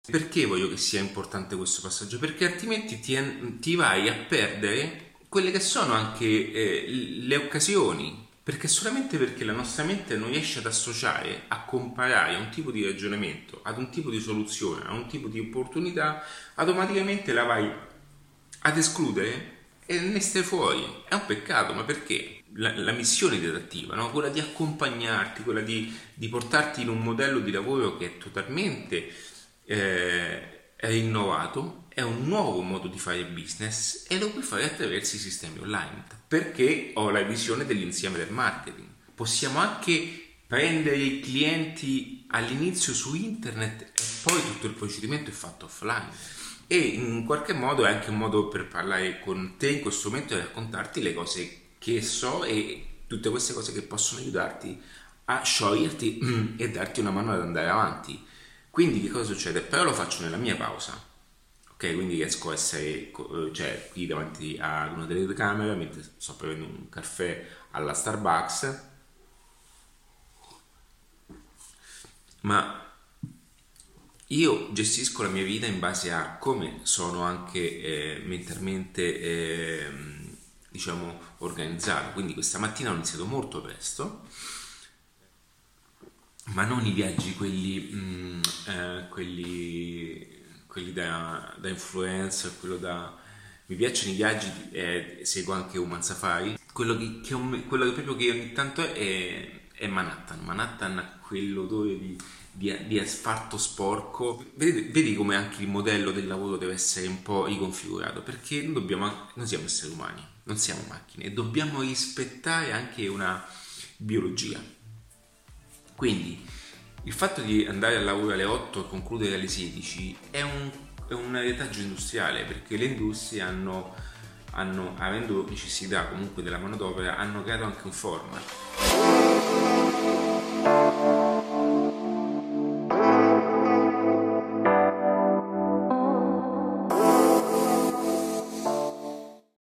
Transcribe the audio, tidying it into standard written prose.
Perché voglio che sia importante questo passaggio? Perché altrimenti ti vai a perdere quelle che sono anche le occasioni. Perché solamente perché la nostra mente non riesce ad associare, a comparare un tipo di ragionamento ad un tipo di soluzione, a un tipo di opportunità, automaticamente la vai ad escludere e ne stai fuori. È un peccato, ma perché? La missione didattiva, no? Quella di accompagnarti, quella di portarti in un modello di lavoro che è totalmente rinnovato, è un nuovo modo di fare business e lo puoi fare attraverso i sistemi online. Perché ho la visione dell'insieme del marketing. Possiamo anche prendere i clienti all'inizio su internet e poi tutto il procedimento è fatto offline. E in qualche modo è anche un modo per parlare con te in questo momento e raccontarti le cose che so e tutte queste cose che possono aiutarti a scioglierti e darti una mano ad andare avanti. Quindi che cosa succede? Però lo faccio nella mia pausa, ok? Quindi riesco a essere cioè, qui davanti ad una delle telecamere mentre sto prendendo un caffè alla Starbucks, ma io gestisco la mia vita in base a come sono anche mentalmente diciamo organizzato. Quindi questa mattina ho iniziato molto presto, ma non i viaggi quelli da influencer, mi piacciono i viaggi, seguo anche Human Safari. Quello che proprio che ogni tanto è Manhattan. Manhattan ha quell'odore di asfalto sporco. Vedi come anche il modello del lavoro deve essere un po' riconfigurato, perché non siamo esseri umani, non siamo macchine e dobbiamo rispettare anche una biologia. Quindi il fatto di andare al lavoro alle 8 e concludere alle 16 è un retaggio industriale, perché le industrie avendo necessità comunque della manodopera, hanno creato anche un format.